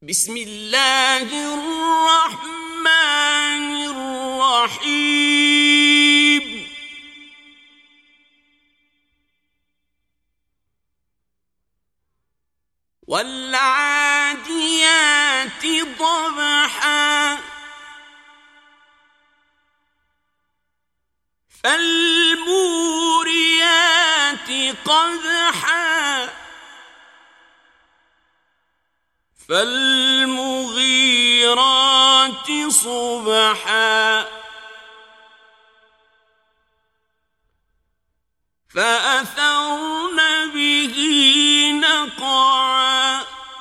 بسم الله الرحمن الرحيم والعاديات ضبحا فالموريات قدحا فالمغيرات صبحا فأثرن به نقعا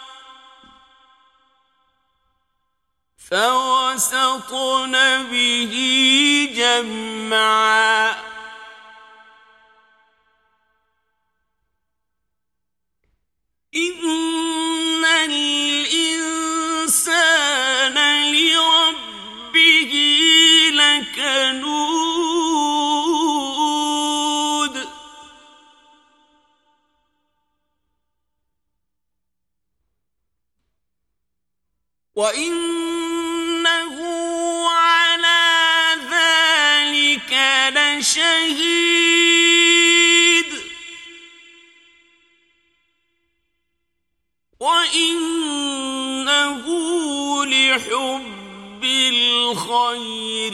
فوسطن به جمعا إن الإنسان لربه لكنود وإنه على ذلك لشهيد وإنه لحب الخير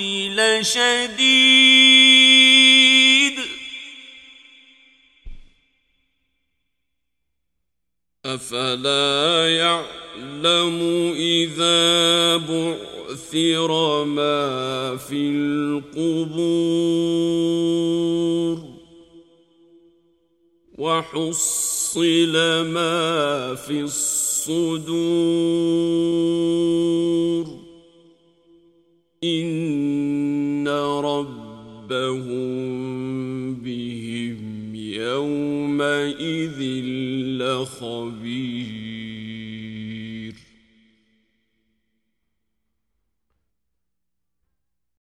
لشديد أفلا يعلم إذا بعثر ما في القبور وحصل ما في الصدور إن ربهم بهم يومئذ لخبير